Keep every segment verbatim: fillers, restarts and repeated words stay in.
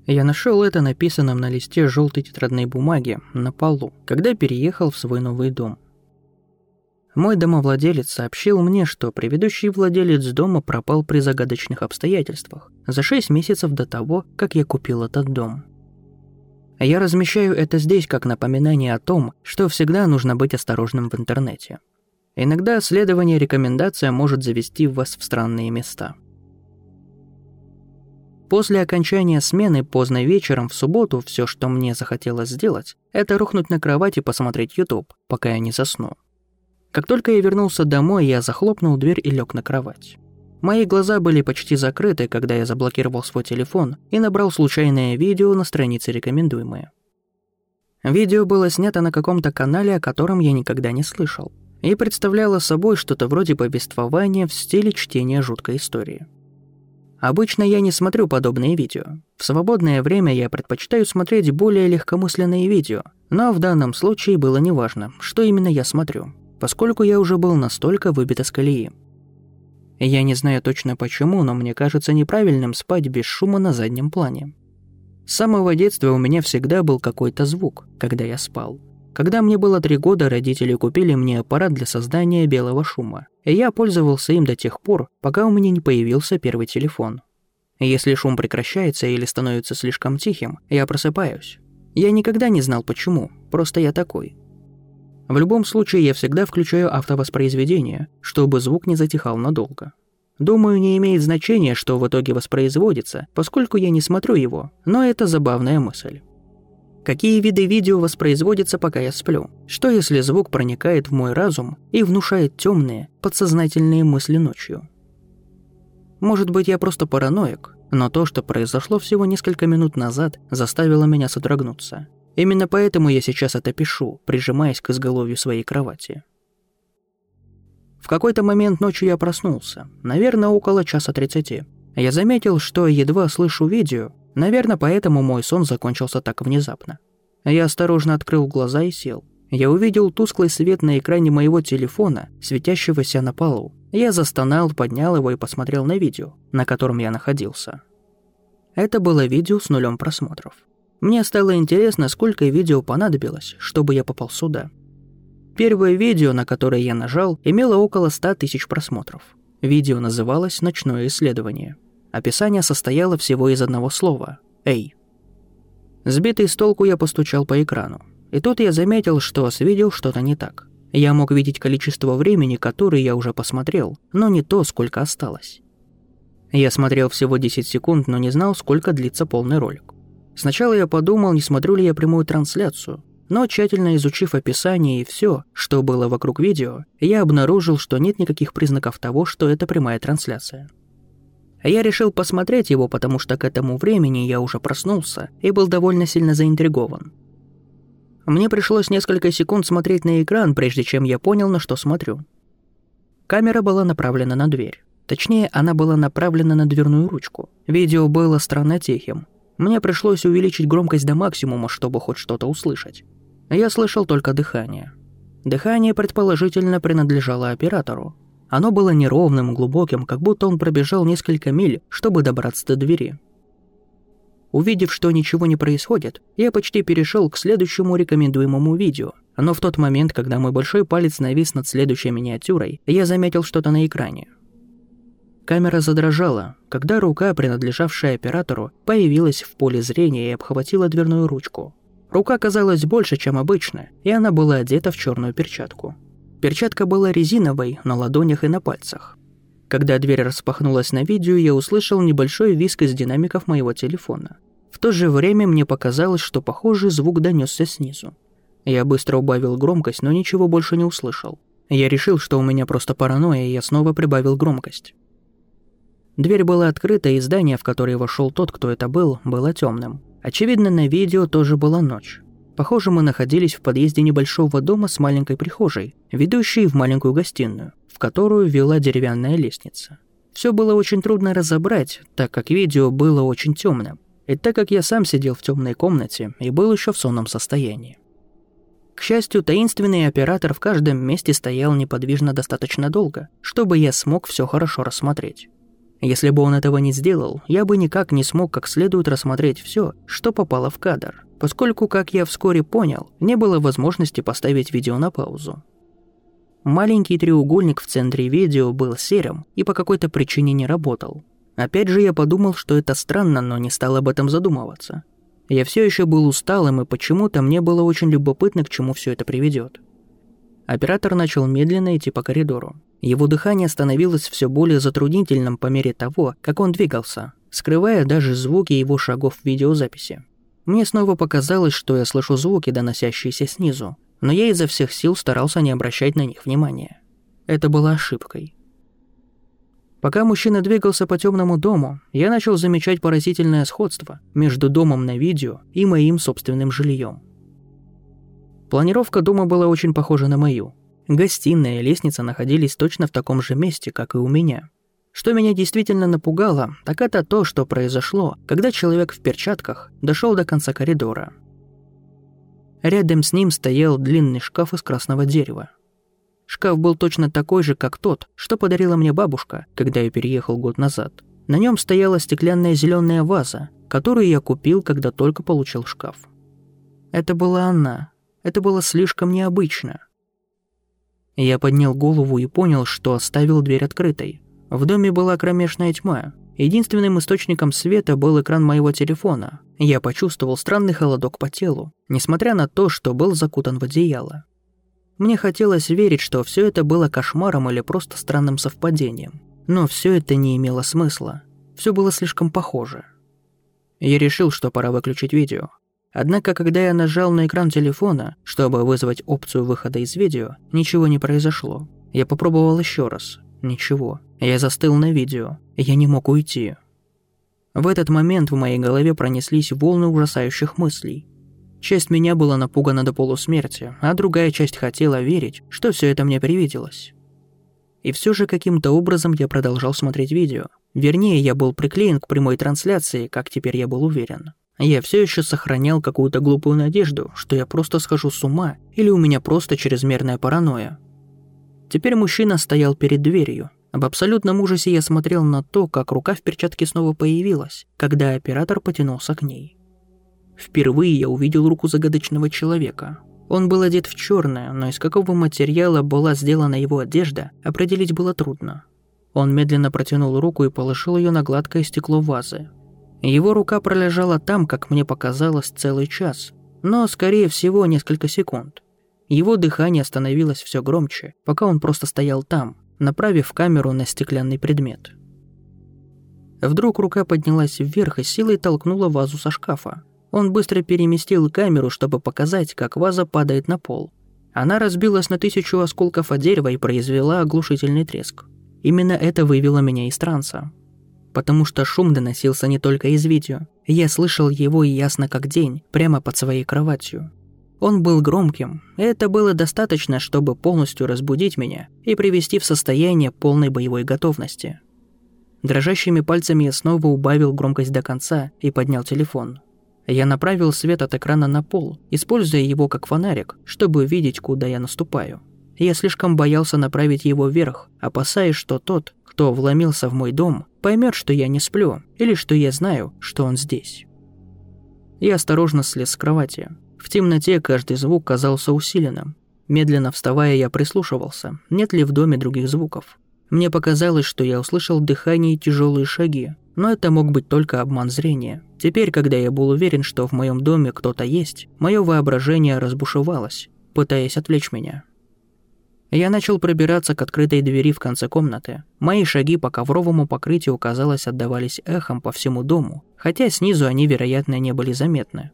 Я нашел это написанным на листе желтой тетрадной бумаги на полу, когда переехал в свой новый дом. Мой домовладелец сообщил мне, что предыдущий владелец дома пропал при загадочных обстоятельствах за шесть месяцев до того, как я купил этот дом. Я размещаю это здесь как напоминание о том, что всегда нужно быть осторожным в интернете. Иногда следование рекомендациям может завести вас в странные места. После окончания смены поздно вечером в субботу все, что мне захотелось сделать, это рухнуть на кровать и посмотреть YouTube, пока я не засну. Как только я вернулся домой, я захлопнул дверь и лег на кровать. Мои глаза были почти закрыты, когда я заблокировал свой телефон и набрал случайное видео на странице «Рекомендуемые». Видео было снято на каком-то канале, о котором я никогда не слышал, и представляло собой что-то вроде повествования в стиле чтения жуткой истории. Обычно я не смотрю подобные видео. В свободное время я предпочитаю смотреть более легкомысленные видео, но в данном случае было неважно, что именно я смотрю, поскольку я уже был настолько выбит из колеи. Я не знаю точно почему, но мне кажется неправильным спать без шума на заднем плане. С самого детства у меня всегда был какой-то звук, когда я спал. Когда мне было три года, родители купили мне аппарат для создания белого шума, и я пользовался им до тех пор, пока у меня не появился первый телефон. Если шум прекращается или становится слишком тихим, я просыпаюсь. Я никогда не знал почему, просто я такой. В любом случае, я всегда включаю автовоспроизведение, чтобы звук не затихал надолго. Думаю, не имеет значения, что в итоге воспроизводится, поскольку я не смотрю его, но это забавная мысль. Какие виды видео воспроизводятся, пока я сплю? Что если звук проникает в мой разум и внушает темные, подсознательные мысли ночью? Может быть, я просто параноик, но то, что произошло всего несколько минут назад, заставило меня содрогнуться. Именно поэтому я сейчас это пишу, прижимаясь к изголовью своей кровати. В какой-то момент ночью я проснулся, наверное, около часа тридцати. Я заметил, что едва слышу видео, наверное, поэтому мой сон закончился так внезапно. Я осторожно открыл глаза и сел. Я увидел тусклый свет на экране моего телефона, светящегося на полу. Я застонал, поднял его и посмотрел на видео, на котором я находился. Это было видео с нулем просмотров. Мне стало интересно, сколько видео понадобилось, чтобы я попал сюда. Первое видео, на которое я нажал, имело около ста тысяч просмотров. Видео называлось «Ночное исследование». Описание состояло всего из одного слова «Эй». Сбитый с толку я постучал по экрану. И тут я заметил, что с видео что-то не так. Я мог видеть количество времени, которое я уже посмотрел, но не то, сколько осталось. Я смотрел всего десять секунд, но не знал, сколько длится полный ролик. Сначала я подумал, не смотрю ли я прямую трансляцию, но тщательно изучив описание и все, что было вокруг видео, я обнаружил, что нет никаких признаков того, что это прямая трансляция. Я решил посмотреть его, потому что к этому времени я уже проснулся и был довольно сильно заинтригован. Мне пришлось несколько секунд смотреть на экран, прежде чем я понял, на что смотрю. Камера была направлена на дверь. Точнее, она была направлена на дверную ручку. Видео было странно тихим. Мне пришлось увеличить громкость до максимума, чтобы хоть что-то услышать. Я слышал только дыхание. Дыхание, предположительно, принадлежало оператору. Оно было неровным, глубоким, как будто он пробежал несколько миль, чтобы добраться до двери. Увидев, что ничего не происходит, я почти перешел к следующему рекомендуемому видео. Но в тот момент, когда мой большой палец навис над следующей миниатюрой, я заметил что-то на экране. Камера задрожала, когда рука, принадлежавшая оператору, появилась в поле зрения и обхватила дверную ручку. Рука казалась больше, чем обычно, и она была одета в черную перчатку. Перчатка была резиновой на ладонях и на пальцах. Когда дверь распахнулась на видео, я услышал небольшой визг из динамиков моего телефона. В то же время мне показалось, что похожий звук донесся снизу. Я быстро убавил громкость, но ничего больше не услышал. Я решил, что у меня просто паранойя, и я снова прибавил громкость. Дверь была открыта, и здание, в которое вошел тот, кто это был, было темным. Очевидно, на видео тоже была ночь. Похоже, мы находились в подъезде небольшого дома с маленькой прихожей, ведущей в маленькую гостиную, в которую вела деревянная лестница. Все было очень трудно разобрать, так как видео было очень темным, и так как я сам сидел в темной комнате и был еще в сонном состоянии. К счастью, таинственный оператор в каждом месте стоял неподвижно достаточно долго, чтобы я смог все хорошо рассмотреть. Если бы он этого не сделал, я бы никак не смог как следует рассмотреть все, что попало в кадр, поскольку, как я вскоре понял, не было возможности поставить видео на паузу. Маленький треугольник в центре видео был серым и по какой-то причине не работал. Опять же я подумал, что это странно, но не стал об этом задумываться. Я все еще был усталым, и почему-то мне было очень любопытно, к чему все это приведет. Оператор начал медленно идти по коридору. Его дыхание становилось все более затруднительным по мере того, как он двигался, скрывая даже звуки его шагов в видеозаписи. Мне снова показалось, что я слышу звуки, доносящиеся снизу, но я изо всех сил старался не обращать на них внимания. Это было ошибкой. Пока мужчина двигался по темному дому, я начал замечать поразительное сходство между домом на видео и моим собственным жильем. Планировка дома была очень похожа на мою. Гостиная и лестница находились точно в таком же месте, как и у меня. Что меня действительно напугало, так это то, что произошло, когда человек в перчатках дошел до конца коридора. Рядом с ним стоял длинный шкаф из красного дерева. Шкаф был точно такой же, как тот, что подарила мне бабушка, когда я переехал год назад. На нем стояла стеклянная зеленая ваза, которую я купил, когда только получил шкаф. Это была она. Это было слишком необычно. Я поднял голову и понял, что оставил дверь открытой. В доме была кромешная тьма. Единственным источником света был экран моего телефона. Я почувствовал странный холодок по телу, несмотря на то, что был закутан в одеяло. Мне хотелось верить, что все это было кошмаром или просто странным совпадением. Но все это не имело смысла. Все было слишком похоже. Я решил, что пора выключить видео. Однако, когда я нажал на экран телефона, чтобы вызвать опцию выхода из видео, ничего не произошло. Я попробовал еще раз. Ничего. Я застыл на видео. Я не мог уйти. В этот момент в моей голове пронеслись волны ужасающих мыслей. Часть меня была напугана до полусмерти, а другая часть хотела верить, что все это мне привиделось. И все же каким-то образом я продолжал смотреть видео. Вернее, я был приклеен к прямой трансляции, как теперь я был уверен. Я все еще сохранял какую-то глупую надежду, что я просто схожу с ума или у меня просто чрезмерная паранойя. Теперь мужчина стоял перед дверью. В абсолютном ужасе я смотрел на то, как рука в перчатке снова появилась, когда оператор потянулся к ней. Впервые я увидел руку загадочного человека. Он был одет в черное, но из какого материала была сделана его одежда, определить было трудно. Он медленно протянул руку и положил ее на гладкое стекло вазы. Его рука пролежала там, как мне показалось, целый час, но, скорее всего, несколько секунд. Его дыхание становилось все громче, пока он просто стоял там, направив камеру на стеклянный предмет. Вдруг рука поднялась вверх и силой толкнула вазу со шкафа. Он быстро переместил камеру, чтобы показать, как ваза падает на пол. Она разбилась на тысячу осколков от дерева и произвела оглушительный треск. Именно это вывело меня из транса. Потому что шум доносился не только из видео. Я слышал его ясно как день, прямо под своей кроватью. Он был громким, и это было достаточно, чтобы полностью разбудить меня и привести в состояние полной боевой готовности. Дрожащими пальцами я снова убавил громкость до конца и поднял телефон. Я направил свет от экрана на пол, используя его как фонарик, чтобы видеть, куда я наступаю. Я слишком боялся направить его вверх, опасаясь, что тот, кто вломился в мой дом, поймет, что я не сплю, или что я знаю, что он здесь. Я осторожно слез с кровати. В темноте каждый звук казался усиленным. Медленно вставая, я прислушивался, нет ли в доме других звуков. Мне показалось, что я услышал дыхание и тяжелые шаги, но это мог быть только обман зрения. Теперь, когда я был уверен, что в моем доме кто-то есть, мое воображение разбушевалось, пытаясь отвлечь меня. Я начал пробираться к открытой двери в конце комнаты. Мои шаги по ковровому покрытию, казалось, отдавались эхом по всему дому, хотя снизу они, вероятно, не были заметны.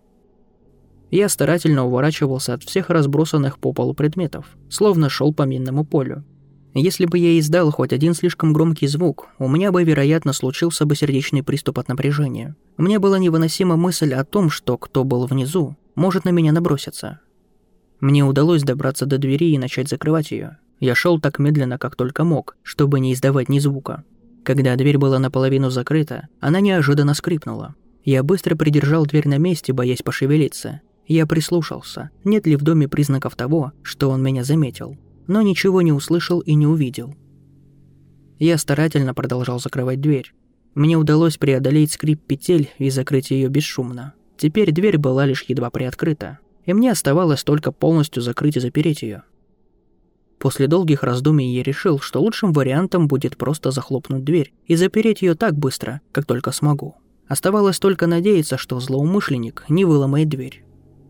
Я старательно уворачивался от всех разбросанных по полу предметов, словно шел по минному полю. Если бы я издал хоть один слишком громкий звук, у меня бы, вероятно, случился бы сердечный приступ от напряжения. Мне была невыносима мысль о том, что кто был внизу, может на меня наброситься. Мне удалось добраться до двери и начать закрывать ее. Я шел так медленно, как только мог, чтобы не издавать ни звука. Когда дверь была наполовину закрыта, она неожиданно скрипнула. Я быстро придержал дверь на месте, боясь пошевелиться. Я прислушался, нет ли в доме признаков того, что он меня заметил, но ничего не услышал и не увидел. Я старательно продолжал закрывать дверь. Мне удалось преодолеть скрип петель и закрыть ее бесшумно. Теперь дверь была лишь едва приоткрыта, и мне оставалось только полностью закрыть и запереть ее. После долгих раздумий я решил, что лучшим вариантом будет просто захлопнуть дверь и запереть ее так быстро, как только смогу. Оставалось только надеяться, что злоумышленник не выломает дверь.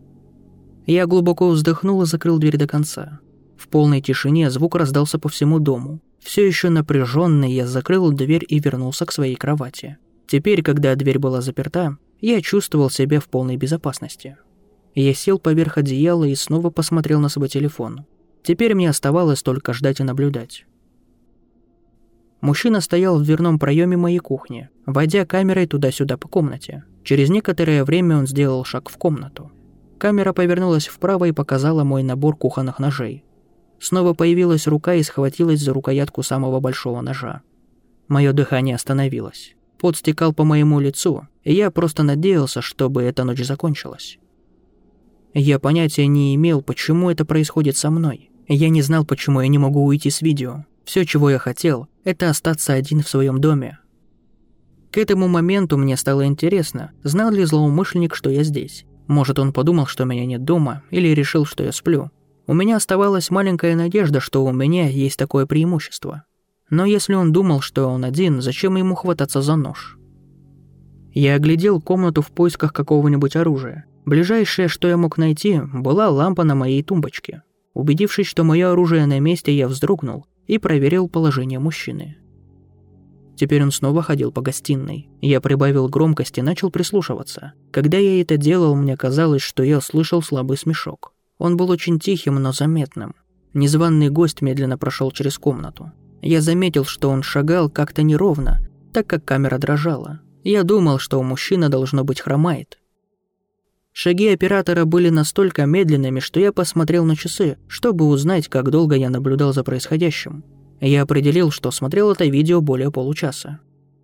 Я глубоко вздохнул и закрыл дверь до конца. В полной тишине звук раздался по всему дому. Все еще напряженный, я закрыл дверь и вернулся к своей кровати. Теперь, когда дверь была заперта, я чувствовал себя в полной безопасности. Я сел поверх одеяла и снова посмотрел на свой телефон. Теперь мне оставалось только ждать и наблюдать. Мужчина стоял в дверном проеме моей кухни, водя камерой туда-сюда по комнате. Через некоторое время он сделал шаг в комнату. Камера повернулась вправо и показала мой набор кухонных ножей. Снова появилась рука и схватилась за рукоятку самого большого ножа. Мое дыхание остановилось. Пот стекал по моему лицу, и я просто надеялся, чтобы эта ночь закончилась. Я понятия не имел, почему это происходит со мной. Я не знал, почему я не могу уйти с видео. Все, чего я хотел, это остаться один в своем доме. К этому моменту мне стало интересно, знал ли злоумышленник, что я здесь. Может, он подумал, что меня нет дома, или решил, что я сплю. У меня оставалась маленькая надежда, что у меня есть такое преимущество. Но если он думал, что он один, зачем ему хвататься за нож? Я оглядел комнату в поисках какого-нибудь оружия. Ближайшее, что я мог найти, была лампа на моей тумбочке. Убедившись, что мое оружие на месте, я вздрогнул и проверил положение мужчины. Теперь он снова ходил по гостиной. Я прибавил громкость и начал прислушиваться. Когда я это делал, мне казалось, что я слышал слабый смешок. Он был очень тихим, но заметным. Незваный гость медленно прошел через комнату. Я заметил, что он шагал как-то неровно, так как камера дрожала. Я думал, что мужчина, должно быть, хромает. Шаги оператора были настолько медленными, что я посмотрел на часы, чтобы узнать, как долго я наблюдал за происходящим. Я определил, что смотрел это видео более получаса.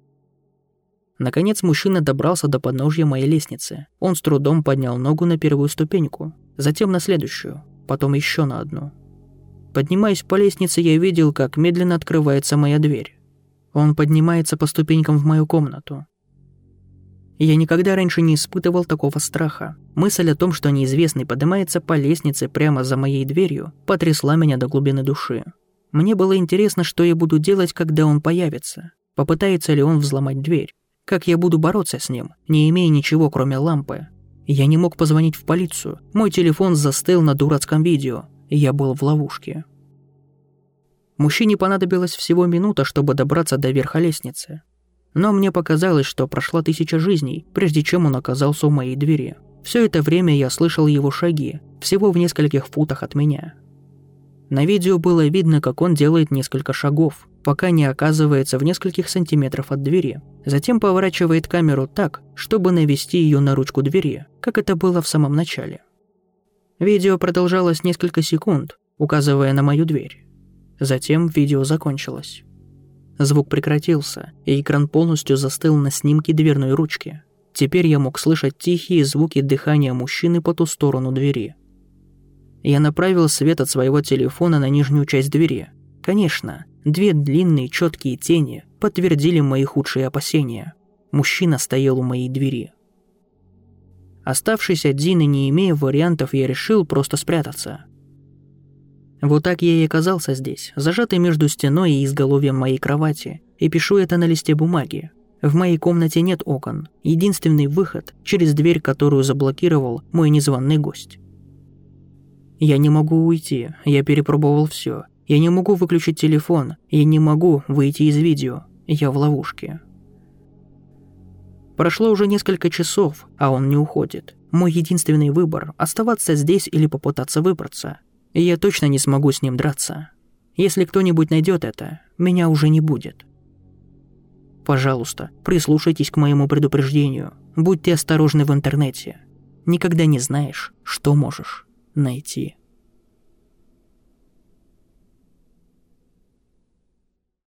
Наконец мужчина добрался до подножья моей лестницы. Он с трудом поднял ногу на первую ступеньку, затем на следующую, потом еще на одну. Поднимаясь по лестнице, я видел, как медленно открывается моя дверь. Он поднимается по ступенькам в мою комнату. Я никогда раньше не испытывал такого страха. Мысль о том, что неизвестный поднимается по лестнице прямо за моей дверью, потрясла меня до глубины души. Мне было интересно, что я буду делать, когда он появится. Попытается ли он взломать дверь? Как я буду бороться с ним, не имея ничего, кроме лампы? Я не мог позвонить в полицию. Мой телефон застыл на дурацком видео. Я был в ловушке. Мужчине понадобилось всего минута, чтобы добраться до верха лестницы. Но мне показалось, что прошла тысяча жизней, прежде чем он оказался у моей двери. Все это время я слышал его шаги, всего в нескольких футах от меня. На видео было видно, как он делает несколько шагов, пока не оказывается в нескольких сантиметрах от двери. Затем поворачивает камеру так, чтобы навести ее на ручку двери, как это было в самом начале. Видео продолжалось несколько секунд, указывая на мою дверь. Затем видео закончилось. Звук прекратился, и экран полностью застыл на снимке дверной ручки. Теперь я мог слышать тихие звуки дыхания мужчины по ту сторону двери. Я направил свет от своего телефона на нижнюю часть двери. Конечно, две длинные четкие тени подтвердили мои худшие опасения. Мужчина стоял у моей двери. Оставшись один и не имея вариантов, я решил просто спрятаться. Вот так я и оказался здесь, зажатый между стеной и изголовьем моей кровати, и пишу это на листе бумаги. В моей комнате нет окон, единственный выход через дверь, которую заблокировал мой незваный гость. Я не могу уйти, я перепробовал все. Я не могу выключить телефон, я не могу выйти из видео, я в ловушке. Прошло уже несколько часов, а он не уходит. Мой единственный выбор – оставаться здесь или попытаться выбраться. И я точно не смогу с ним драться. Если кто-нибудь найдет это, меня уже не будет. Пожалуйста, прислушайтесь к моему предупреждению. Будьте осторожны в интернете. Никогда не знаешь, что можешь найти.